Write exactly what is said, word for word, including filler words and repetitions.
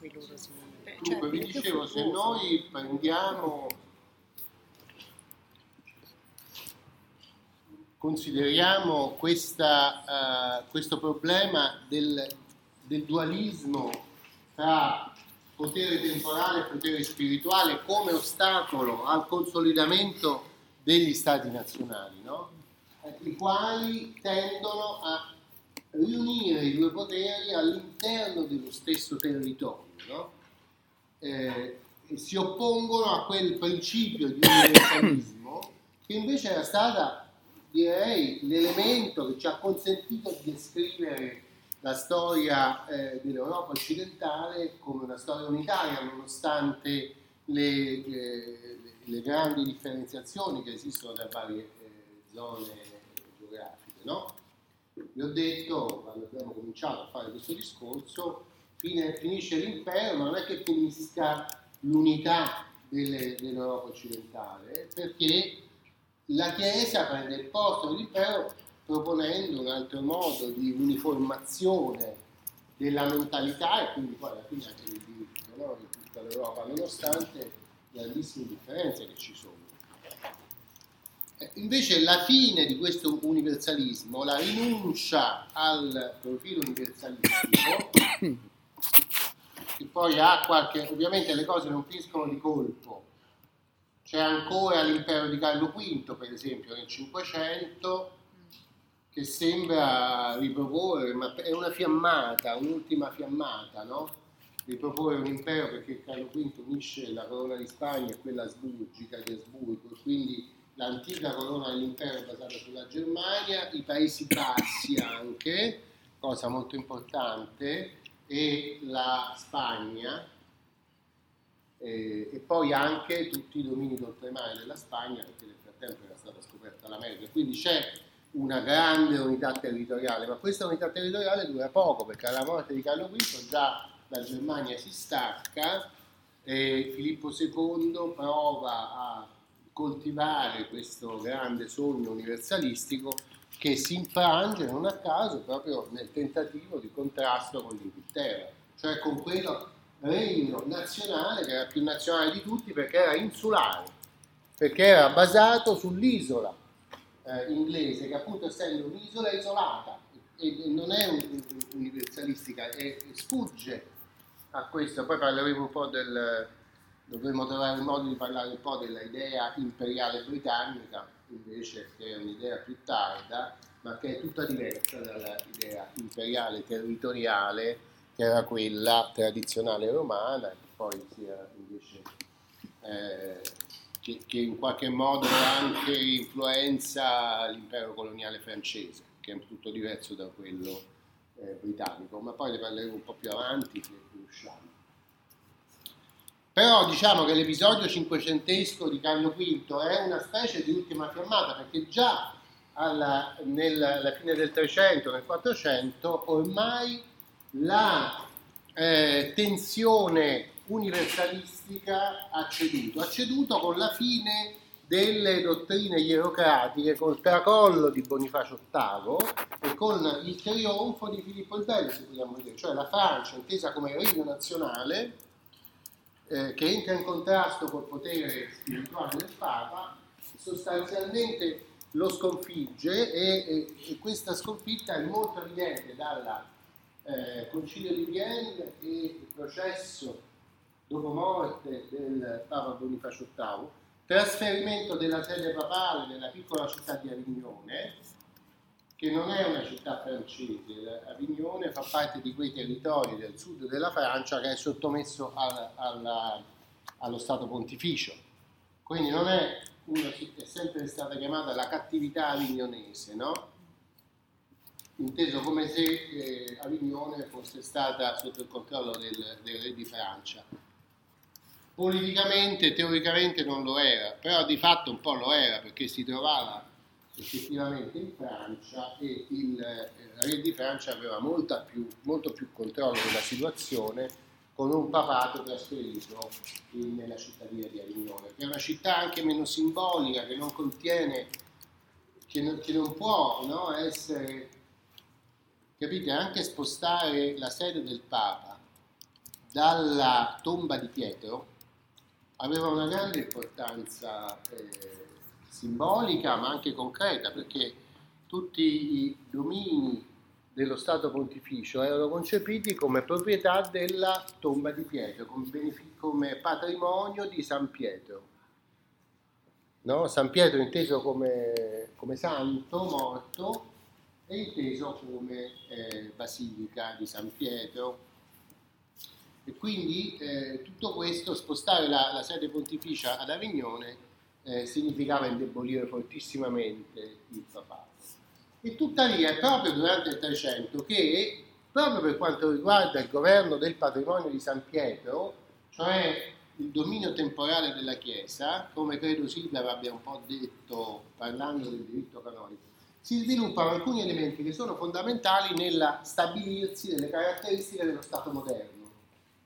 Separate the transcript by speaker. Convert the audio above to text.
Speaker 1: cui loro si... Beh,
Speaker 2: Dunque, vi dicevo, se noi prendiamo, consideriamo questa, uh, questo problema del, del dualismo tra potere temporale e potere spirituale come ostacolo al consolidamento degli stati nazionali, no? I quali tendono a riunire i due poteri all'interno dello stesso territorio, no? Eh, e si oppongono a quel principio di universalismo che invece era stata, direi, l'elemento che ci ha consentito di descrivere la storia eh, dell'Europa occidentale come una storia unitaria, nonostante le, eh, le grandi differenziazioni che esistono tra varie eh, zone geografiche, no? Vi ho detto, quando abbiamo cominciato a fare questo discorso, fine, finisce l'impero, ma non è che finisca l'unità delle, dell'Europa occidentale, perché la Chiesa prende il posto dell'impero proponendo un altro modo di uniformazione della mentalità e quindi poi alla fine anche del diritto, no? Di tutta l'Europa, nonostante le grandissime differenze che ci sono. Invece la fine di questo universalismo, la rinuncia al profilo universalistico, che poi ha qualche, ovviamente le cose non finiscono di colpo, c'è ancora l'impero di Carlo V, per esempio, nel Cinquecento, che sembra riproporre, ma è una fiammata, un'ultima fiammata, no? Riproporre un impero, perché Carlo V unisce la corona di Spagna e quella asburgica di Asburgo, e quindi l'antica corona dell'impero è basata sulla Germania, i Paesi Bassi anche, cosa molto importante, e la Spagna, eh, e poi anche tutti i domini d'oltremare della Spagna, perché nel frattempo era stata scoperta l'America, quindi c'è una grande unità territoriale, ma questa unità territoriale dura poco, perché alla morte di Carlo V già la Germania si stacca e Filippo secondo prova a coltivare questo grande sogno universalistico che si infrange non a caso proprio nel tentativo di contrasto con l'Inghilterra, cioè con quello regno nazionale che era più nazionale di tutti perché era insulare, perché era basato sull'isola eh, inglese, che appunto essendo un'isola isolata e, e non è un, un, universalistica, e, e sfugge a questo. Poi parleremo un po' del... dovremmo trovare il modo di parlare un po' della idea imperiale britannica, invece che è un'idea più tarda, ma che è tutta diversa dall'idea imperiale territoriale, che era quella tradizionale romana, e poi si era invece eh, che, che in qualche modo anche influenza l'impero coloniale francese, che è tutto diverso da quello eh, britannico, ma poi ne parleremo un po' più avanti se riusciamo. Però diciamo che l'episodio cinquecentesco di Carlo V è una specie di ultima fiammata, perché già alla, nella, alla fine del trecento, nel quattrocento, ormai la eh, tensione universalistica ha ceduto, ha ceduto con la fine delle dottrine ierocratiche, col tracollo di Bonifacio ottavo e con il trionfo di Filippo il Bello, se vogliamo dire, cioè la Francia intesa come regno nazionale, Eh, che entra in contrasto col potere spirituale del Papa, sostanzialmente lo sconfigge e, e, e questa sconfitta è molto evidente dal eh, Concilio di Vienne e il processo dopo morte del Papa Bonifacio ottavo, trasferimento della sede papale nella piccola città di Avignone, che non è una città francese. Avignone fa parte di quei territori del sud della Francia che è sottomesso al, alla, allo Stato Pontificio, quindi non è una, è sempre stata chiamata la cattività avignonese, no? Inteso come se eh, Avignone fosse stata sotto il controllo del, del re di Francia. Politicamente, teoricamente non lo era, però di fatto un po' lo era, perché si trovava effettivamente in Francia e il eh, re di Francia aveva molta più, molto più controllo della situazione, con un papato trasferito in, nella cittadina di Avignone, che è una città anche meno simbolica, che non contiene, che non, che non può, no, essere, capite, anche spostare la sede del Papa dalla tomba di Pietro aveva una grande importanza eh, simbolica ma anche concreta, perché tutti i domini dello Stato Pontificio erano concepiti come proprietà della tomba di Pietro, come, benefic- come patrimonio di San Pietro. No? San Pietro inteso come, come santo morto e inteso come eh, basilica di San Pietro. E quindi eh, tutto questo, spostare la, la sede pontificia ad Avignone eh, significava indebolire fortissimamente il papato. E tuttavia è proprio durante il Trecento che, proprio per quanto riguarda il governo del patrimonio di San Pietro, cioè il dominio temporale della Chiesa, come credo Silvia abbia un po' detto parlando del diritto canonico, si sviluppano alcuni elementi che sono fondamentali nella stabilirsi delle caratteristiche dello Stato moderno.